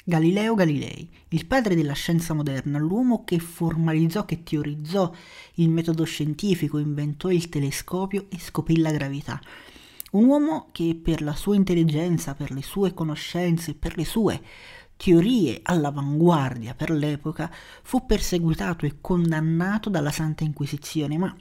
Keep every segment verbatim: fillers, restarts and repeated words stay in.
Galileo Galilei, il padre della scienza moderna, l'uomo che formalizzò, che teorizzò il metodo scientifico, inventò il telescopio e scoprì la gravità. Un uomo che per la sua intelligenza, per le sue conoscenze, per le sue teorie all'avanguardia per l'epoca, fu perseguitato e condannato dalla Santa Inquisizione. Ma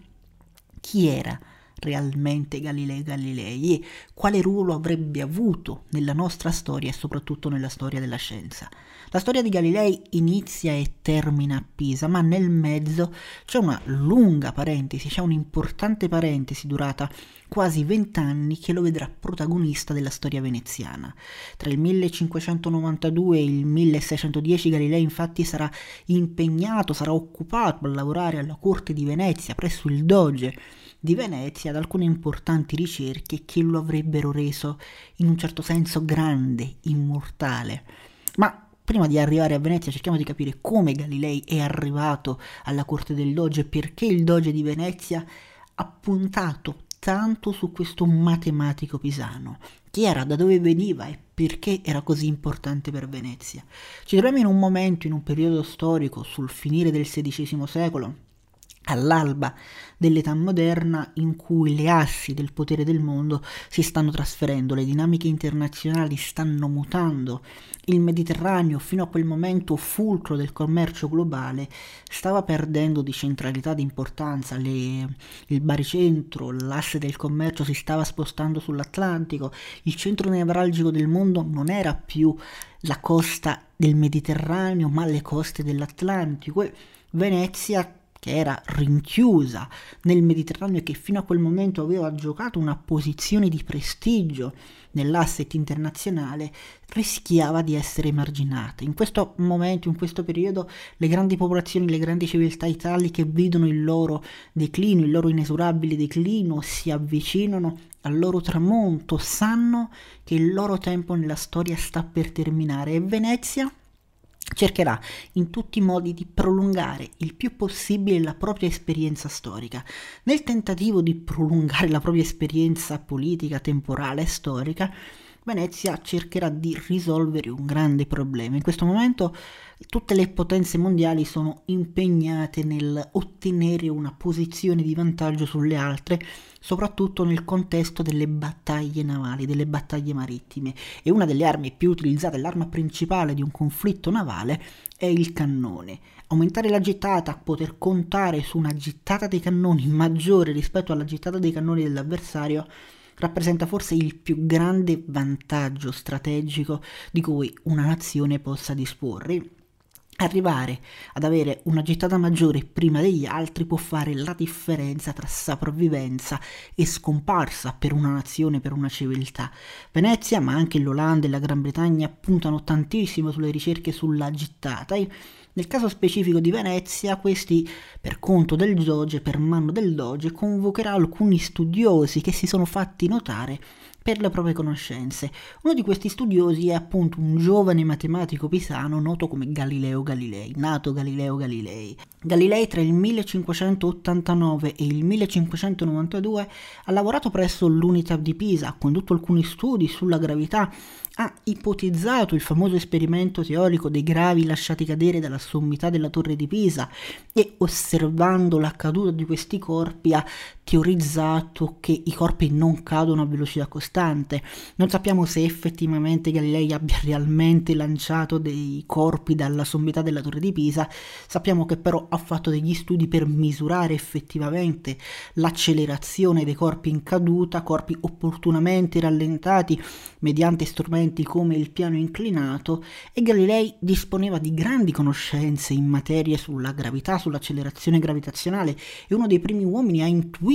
chi era realmente Galileo Galilei e quale ruolo avrebbe avuto nella nostra storia e soprattutto nella storia della scienza? La storia di Galilei inizia e termina a Pisa, ma nel mezzo c'è una lunga parentesi, c'è un'importante parentesi durata quasi vent'anni che lo vedrà protagonista della storia veneziana. Tra il millecinquecentonovantadue e il milleseicentodieci Galilei infatti sarà impegnato, sarà occupato a lavorare alla corte di Venezia presso il Doge di Venezia ad alcune importanti ricerche che lo avrebbero reso in un certo senso grande, immortale. Ma prima di arrivare a Venezia cerchiamo di capire come Galilei è arrivato alla corte del Doge, perché il Doge di Venezia ha puntato tanto su questo matematico pisano. Chi era, da dove veniva e perché era così importante per Venezia. Ci troviamo in un momento, in un periodo storico, sul finire del sedicesimo secolo, all'alba dell'età moderna, in cui le assi del potere del mondo si stanno trasferendo, le dinamiche internazionali stanno mutando, il Mediterraneo, fino a quel momento fulcro del commercio globale, stava perdendo di centralità, di importanza, le, il baricentro, l'asse del commercio si stava spostando sull'Atlantico, il centro nevralgico del mondo non era più la costa del Mediterraneo, ma le coste dell'Atlantico, e Venezia, che era rinchiusa nel Mediterraneo e che fino a quel momento aveva giocato una posizione di prestigio nell'asset internazionale, rischiava di essere emarginata. In questo momento, in questo periodo, le grandi popolazioni, le grandi civiltà italiche vedono il loro declino, il loro inesorabile declino, si avvicinano al loro tramonto, sanno che il loro tempo nella storia sta per terminare e Venezia cercherà in tutti i modi di prolungare il più possibile la propria esperienza storica. Nel tentativo di prolungare la propria esperienza politica, temporale e storica, Venezia cercherà di risolvere un grande problema. In questo momento tutte le potenze mondiali sono impegnate nel ottenere una posizione di vantaggio sulle altre, soprattutto nel contesto delle battaglie navali, delle battaglie marittime, e una delle armi più utilizzate, l'arma principale di un conflitto navale, è il cannone. Aumentare la gittata, poter contare su una gittata dei cannoni maggiore rispetto alla gittata dei cannoni dell'avversario, rappresenta forse il più grande vantaggio strategico di cui una nazione possa disporre. Arrivare ad avere una gittata maggiore prima degli altri può fare la differenza tra sopravvivenza e scomparsa per una nazione, per una civiltà. Venezia, ma anche l'Olanda e la Gran Bretagna puntano tantissimo sulle ricerche sulla gittata e nel caso specifico di Venezia, questi, per conto del Doge, per mano del Doge, convocherà alcuni studiosi che si sono fatti notare per le proprie conoscenze. Uno di questi studiosi è appunto un giovane matematico pisano noto come Galileo Galilei, nato Galileo Galilei. Galilei tra il millecinquecentottantanove e il millecinquecentonovantadue ha lavorato presso l'Unitab di Pisa, ha condotto alcuni studi sulla gravità, ha ipotizzato il famoso esperimento teorico dei gravi lasciati cadere dalla sommità della torre di Pisa e, osservando la caduta di questi corpi, ha teorizzato che i corpi non cadono a velocità costante. Non sappiamo se effettivamente Galilei abbia realmente lanciato dei corpi dalla sommità della torre di Pisa, sappiamo che però ha fatto degli studi per misurare effettivamente l'accelerazione dei corpi in caduta, corpi opportunamente rallentati mediante strumenti come il piano inclinato, e Galilei disponeva di grandi conoscenze in materia sulla gravità, sull'accelerazione gravitazionale, e uno dei primi uomini a intuire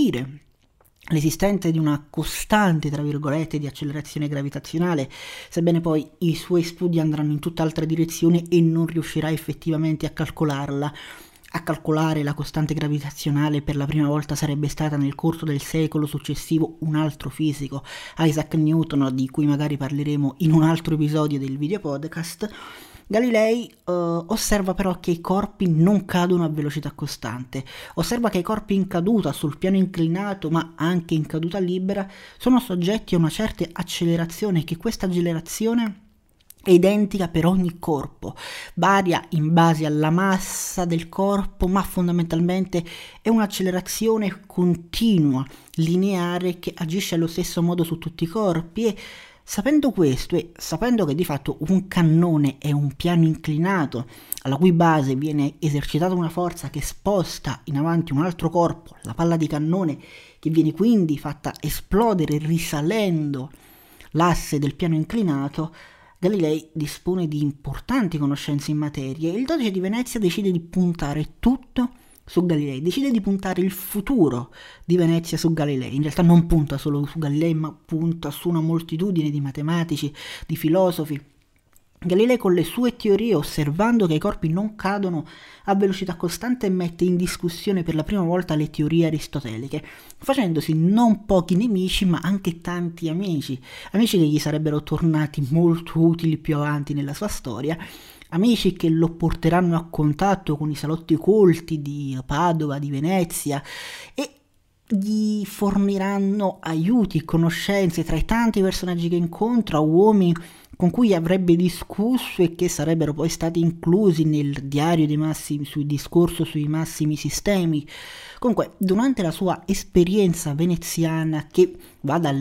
l'esistenza di una costante, tra virgolette, di accelerazione gravitazionale, sebbene poi i suoi studi andranno in tutt'altra direzione e non riuscirà effettivamente a calcolarla. A calcolare la costante gravitazionale per la prima volta sarebbe stata nel corso del secolo successivo un altro fisico, Isaac Newton, di cui magari parleremo in un altro episodio del video podcast. Galilei uh, osserva però che i corpi non cadono a velocità costante, osserva che i corpi in caduta sul piano inclinato ma anche in caduta libera sono soggetti a una certa accelerazione e che questa accelerazione è identica per ogni corpo, varia in base alla massa del corpo, ma fondamentalmente è un'accelerazione continua, lineare, che agisce allo stesso modo su tutti i corpi. E sapendo questo e sapendo che di fatto un cannone è un piano inclinato alla cui base viene esercitata una forza che sposta in avanti un altro corpo, la palla di cannone, che viene quindi fatta esplodere risalendo l'asse del piano inclinato, Galilei dispone di importanti conoscenze in materia e il Doge di Venezia decide di puntare tutto su Galilei, decide di puntare il futuro di Venezia su Galilei. In realtà non punta solo su Galilei, ma punta su una moltitudine di matematici, di filosofi. Galilei con le sue teorie, osservando che i corpi non cadono a velocità costante, mette in discussione per la prima volta le teorie aristoteliche, facendosi non pochi nemici ma anche tanti amici, amici che gli sarebbero tornati molto utili più avanti nella sua storia, amici che lo porteranno a contatto con i salotti colti di Padova, di Venezia, e gli forniranno aiuti, conoscenze tra i tanti personaggi che incontra, uomini con cui avrebbe discusso e che sarebbero poi stati inclusi nel diario dei massimi, sul discorso sui massimi sistemi. Comunque, durante la sua esperienza veneziana, che va dal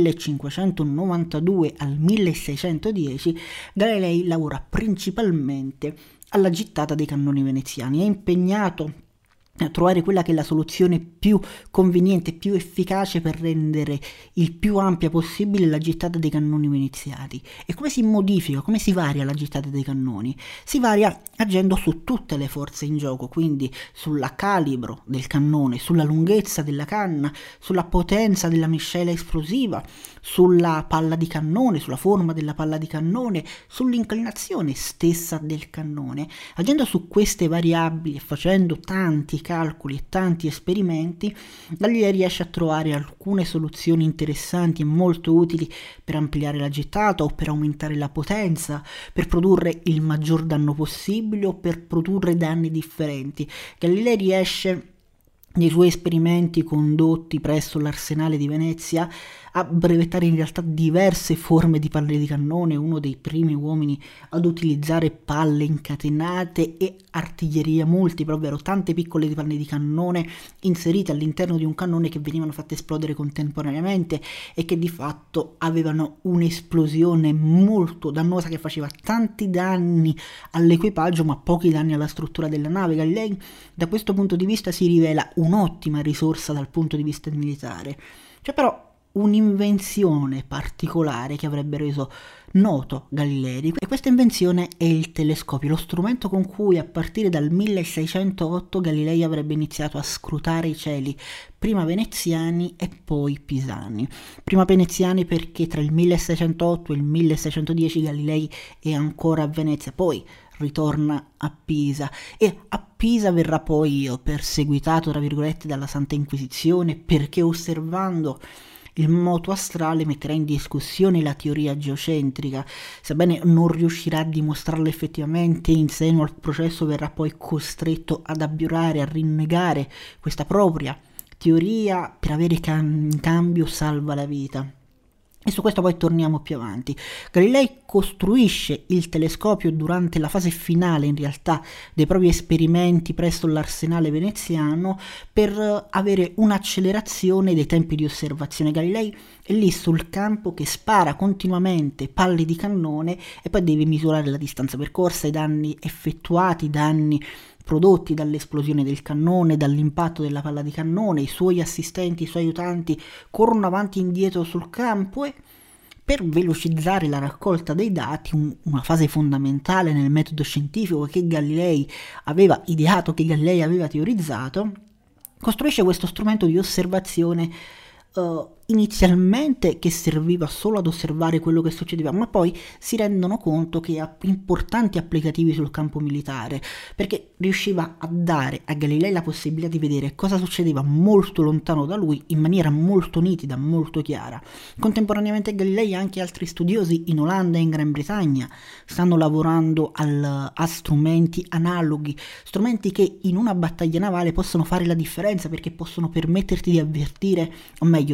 millecinquecentonovantadue al milleseicentodieci, Galilei lavora principalmente alla gittata dei cannoni veneziani. È impegnato a trovare quella che è la soluzione più conveniente, più efficace per rendere il più ampia possibile la gittata dei cannoni veneziani. E come si modifica, come si varia la gittata dei cannoni? Si varia agendo su tutte le forze in gioco, quindi sulla calibro del cannone, sulla lunghezza della canna, sulla potenza della miscela esplosiva, sulla palla di cannone, sulla forma della palla di cannone, sull'inclinazione stessa del cannone. Agendo su queste variabili e facendo tanti calcoli e tanti esperimenti, Galilei riesce a trovare alcune soluzioni interessanti e molto utili per ampliare la gittata o per aumentare la potenza, per produrre il maggior danno possibile o per produrre danni differenti. Galilei riesce nei suoi esperimenti condotti presso l'Arsenale di Venezia a brevettare in realtà diverse forme di palle di cannone, uno dei primi uomini ad utilizzare palle incatenate e artiglieria multipla, ovvero tante piccole palle di cannone inserite all'interno di un cannone che venivano fatte esplodere contemporaneamente e che di fatto avevano un'esplosione molto dannosa che faceva tanti danni all'equipaggio ma pochi danni alla struttura della nave. Galilei da questo punto di vista si rivela un'ottima risorsa dal punto di vista militare. C'è però un'invenzione particolare che avrebbe reso noto Galilei, e questa invenzione è il telescopio, lo strumento con cui a partire dal milleseicentotto Galilei avrebbe iniziato a scrutare i cieli, prima veneziani e poi pisani. Prima veneziani perché tra il milleseicentotto e il milleseicentodieci Galilei è ancora a Venezia, poi ritorna a Pisa e a Pisa verrà poi perseguitato tra virgolette dalla Santa Inquisizione perché osservando il moto astrale metterà in discussione la teoria geocentrica. Sebbene non riuscirà a dimostrarlo effettivamente, in seno al processo verrà poi costretto ad abiurare, a rinnegare questa propria teoria per avere cam- in cambio salva la vita. E su questo poi torniamo più avanti. Galilei costruisce il telescopio durante la fase finale, in realtà, dei propri esperimenti presso l'Arsenale veneziano per avere un'accelerazione dei tempi di osservazione. Galilei è lì sul campo che spara continuamente palle di cannone e poi deve misurare la distanza percorsa, i danni effettuati, i danni prodotti dall'esplosione del cannone, dall'impatto della palla di cannone. I suoi assistenti, i suoi aiutanti corrono avanti e indietro sul campo e per velocizzare la raccolta dei dati, un, una fase fondamentale nel metodo scientifico che Galilei aveva ideato, che Galilei aveva teorizzato, costruisce questo strumento di osservazione uh, inizialmente che serviva solo ad osservare quello che succedeva, ma poi si rendono conto che ha importanti applicativi sul campo militare, perché riusciva a dare a Galilei la possibilità di vedere cosa succedeva molto lontano da lui in maniera molto nitida, molto chiara. Contemporaneamente Galilei e anche altri studiosi in Olanda e in Gran Bretagna stanno lavorando al, a strumenti analoghi, strumenti che in una battaglia navale possono fare la differenza perché possono permetterti di avvertire, o meglio, di avvisare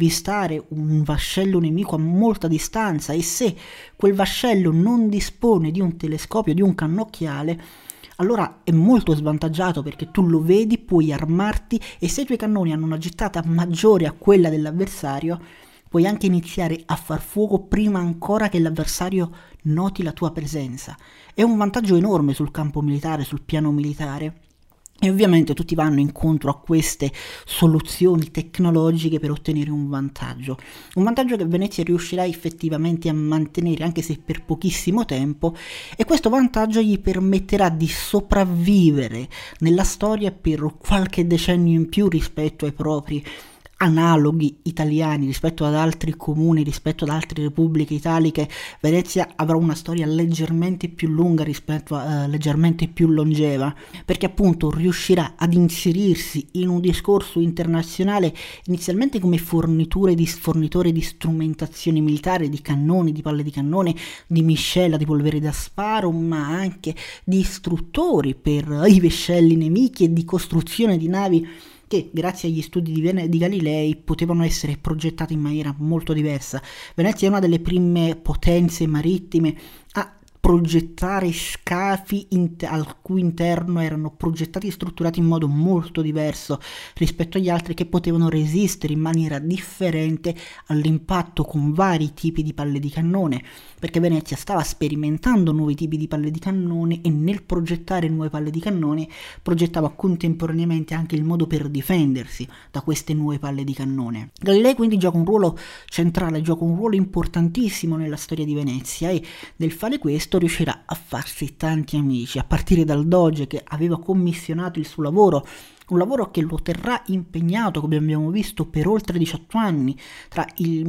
avvistare un vascello nemico a molta distanza e se quel vascello non dispone di un telescopio, di un cannocchiale, allora è molto svantaggiato perché tu lo vedi, puoi armarti e se i tuoi cannoni hanno una gittata maggiore a quella dell'avversario, puoi anche iniziare a far fuoco prima ancora che l'avversario noti la tua presenza. È un vantaggio enorme sul campo militare, sul piano militare. E ovviamente tutti vanno incontro a queste soluzioni tecnologiche per ottenere un vantaggio. Un vantaggio che Venezia riuscirà effettivamente a mantenere anche se per pochissimo tempo e questo vantaggio gli permetterà di sopravvivere nella storia per qualche decennio in più rispetto ai propri analoghi italiani, rispetto ad altri comuni, rispetto ad altre repubbliche italiche. Venezia avrà una storia leggermente più lunga rispetto a uh, leggermente più longeva, perché appunto riuscirà ad inserirsi in un discorso internazionale inizialmente come forniture di, fornitore di strumentazioni militari, di cannoni, di palle di cannone, di miscela, di polvere da sparo, ma anche di istruttori per i vascelli nemici e di costruzione di navi che grazie agli studi di, Vene- di Galilei potevano essere progettate in maniera molto diversa. Venezia è una delle prime potenze marittime a progettare scafi in- al cui interno erano progettati e strutturati in modo molto diverso rispetto agli altri, che potevano resistere in maniera differente all'impatto con vari tipi di palle di cannone, perché Venezia stava sperimentando nuovi tipi di palle di cannone e nel progettare nuove palle di cannone progettava contemporaneamente anche il modo per difendersi da queste nuove palle di cannone. Galilei quindi gioca un ruolo centrale, gioca un ruolo importantissimo nella storia di Venezia e nel fare questo riuscirà a farsi tanti amici, a partire dal doge che aveva commissionato il suo lavoro, un lavoro che lo terrà impegnato, come abbiamo visto, per oltre diciotto anni, tra il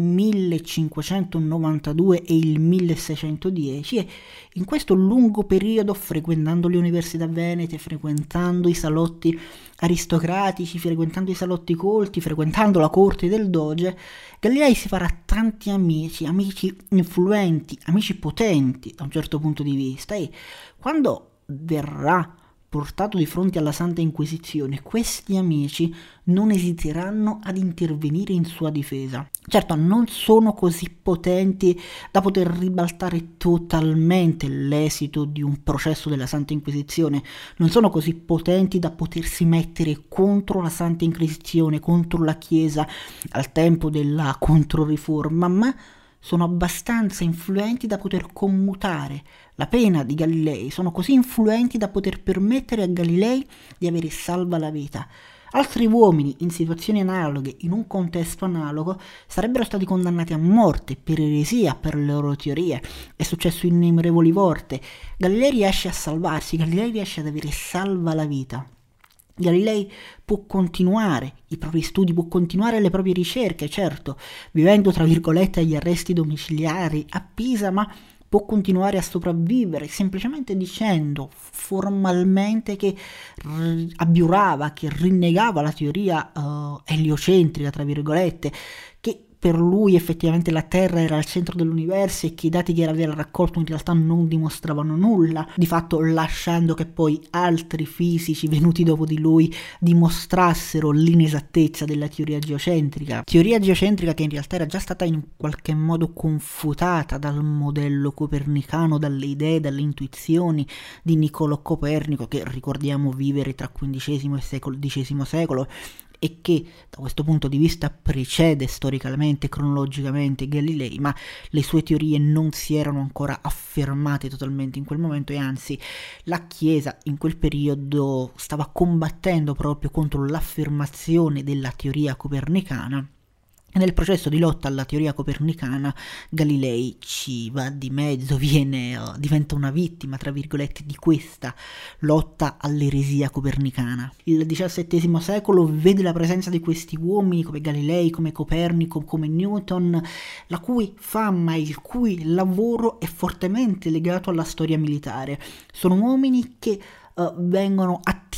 millecinquecentonovantadue e il milleseicentodieci, e in questo lungo periodo, frequentando le università venete, frequentando i salotti aristocratici, frequentando i salotti colti, frequentando la corte del doge, Galilei si farà tanti amici, amici influenti, amici potenti da un certo punto di vista, e quando verrà portato di fronte alla Santa Inquisizione, questi amici non esiteranno ad intervenire in sua difesa. Certo, non sono così potenti da poter ribaltare totalmente l'esito di un processo della Santa Inquisizione, non sono così potenti da potersi mettere contro la Santa Inquisizione, contro la Chiesa al tempo della Controriforma, ma sono abbastanza influenti da poter commutare la pena di Galilei, sono così influenti da poter permettere a Galilei di avere salva la vita. Altri uomini in situazioni analoghe, in un contesto analogo, sarebbero stati condannati a morte per eresia, per le loro teorie. È successo innumerevoli volte. Galilei riesce a salvarsi, Galilei riesce ad avere salva la vita. Galilei può continuare i propri studi, può continuare le proprie ricerche, certo, vivendo tra virgolette agli arresti domiciliari a Pisa, ma può continuare a sopravvivere semplicemente dicendo formalmente che r- abiurava, che rinnegava la teoria uh, eliocentrica, tra virgolette, che per lui effettivamente la Terra era al centro dell'universo e che i dati che aveva raccolto in realtà non dimostravano nulla, di fatto lasciando che poi altri fisici venuti dopo di lui dimostrassero l'inesattezza della teoria geocentrica. Teoria geocentrica che in realtà era già stata in qualche modo confutata dal modello copernicano, dalle idee, dalle intuizioni di Niccolò Copernico, che ricordiamo vivere tra quindicesimo e dodicesimo secolo, e che da questo punto di vista precede storicamente, cronologicamente Galilei, ma le sue teorie non si erano ancora affermate totalmente in quel momento e anzi la Chiesa in quel periodo stava combattendo proprio contro l'affermazione della teoria copernicana. E nel processo di lotta alla teoria copernicana Galilei ci va di mezzo, viene, uh, diventa una vittima, tra virgolette, di questa lotta all'eresia copernicana. Il diciassettesimo secolo vede la presenza di questi uomini come Galilei, come Copernico, come Newton, la cui fama e il cui lavoro è fortemente legato alla storia militare. Sono uomini che Uh, vengono attivati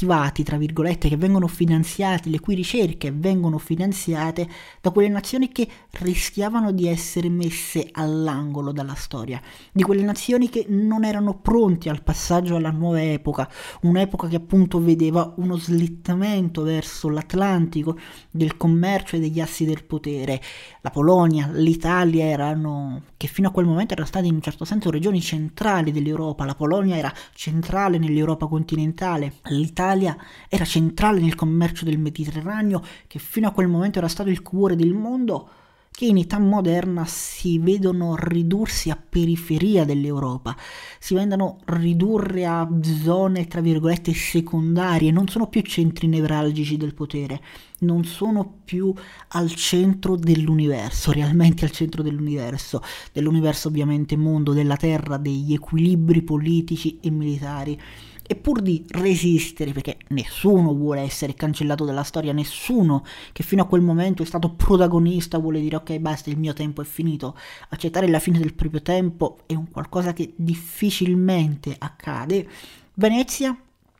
coltivati, tra virgolette, che vengono finanziati, le cui ricerche vengono finanziate da quelle nazioni che rischiavano di essere messe all'angolo dalla storia, di quelle nazioni che non erano pronti al passaggio alla nuova epoca, un'epoca che appunto vedeva uno slittamento verso l'Atlantico del commercio e degli assi del potere. La Polonia, l'Italia erano, che fino a quel momento erano state in un certo senso regioni centrali dell'Europa. La Polonia era centrale nell'Europa continentale, l'Italia era centrale nel commercio del Mediterraneo, che fino a quel momento era stato il cuore del mondo, che in età moderna si vedono ridursi a periferia dell'Europa, si vedono ridurre a zone tra virgolette secondarie, non sono più centri nevralgici del potere, non sono più al centro dell'universo, realmente al centro dell'universo, dell'universo ovviamente mondo, della terra, degli equilibri politici e militari. E pur di resistere, perché nessuno vuole essere cancellato dalla storia, nessuno che fino a quel momento è stato protagonista vuole dire ok basta, il mio tempo è finito, accettare la fine del proprio tempo è un qualcosa che difficilmente accade. Venezia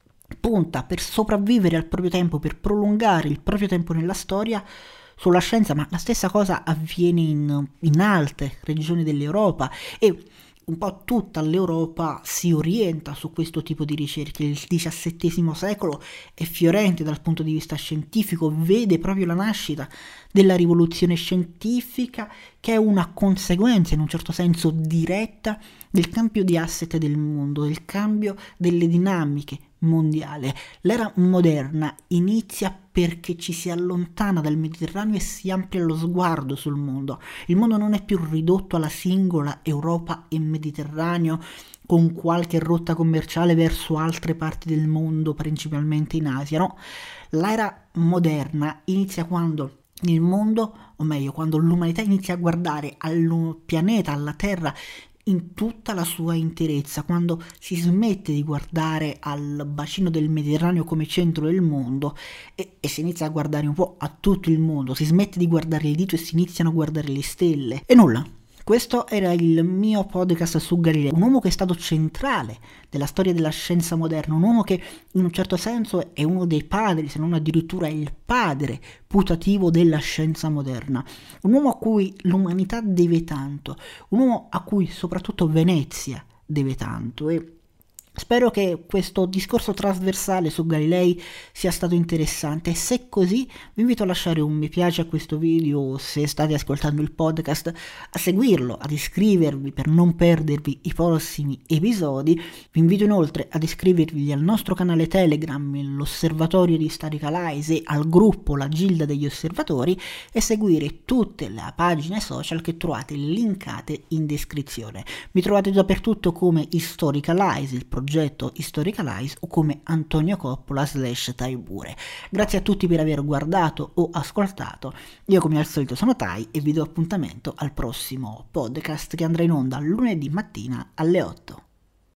punta per sopravvivere al proprio tempo, per prolungare il proprio tempo nella storia sulla scienza, ma la stessa cosa avviene in, in altre regioni dell'Europa e un po' tutta l'Europa si orienta su questo tipo di ricerche. Il diciassettesimo secolo è fiorente dal punto di vista scientifico, vede proprio la nascita della rivoluzione scientifica, che è una conseguenza in un certo senso diretta del cambio di asset del mondo, del cambio delle dinamiche mondiale. L'era moderna inizia perché ci si allontana dal Mediterraneo e si amplia lo sguardo sul mondo. Il mondo non è più ridotto alla singola Europa e Mediterraneo con qualche rotta commerciale verso altre parti del mondo, principalmente in Asia, no? L'era moderna inizia quando il mondo, o meglio, quando l'umanità inizia a guardare al pianeta, alla Terra, in tutta la sua interezza, quando si smette di guardare al bacino del Mediterraneo come centro del mondo e, e si inizia a guardare un po' a tutto il mondo, si smette di guardare il dito e si iniziano a guardare le stelle. E nulla, questo era il mio podcast su Galileo, un uomo che è stato centrale della storia della scienza moderna, un uomo che in un certo senso è uno dei padri, se non addirittura il padre putativo della scienza moderna, un uomo a cui l'umanità deve tanto, un uomo a cui soprattutto Venezia deve tanto. E spero che questo discorso trasversale su Galilei sia stato interessante e se è così vi invito a lasciare un mi piace a questo video se state ascoltando il podcast, a seguirlo, ad iscrivervi per non perdervi i prossimi episodi. Vi invito inoltre ad iscrivervi al nostro canale Telegram, l'Osservatorio di Historical Eyes, e al gruppo La Gilda degli Osservatori e seguire tutte le pagine social che trovate linkate in descrizione. Mi trovate dappertutto come Historical Eyes, il progetto Historical Eyes, o come Antonio Coppola slash Taibure. Grazie a tutti per aver guardato o ascoltato. Io come al solito sono Tai e vi do appuntamento al prossimo podcast che andrà in onda lunedì mattina alle otto.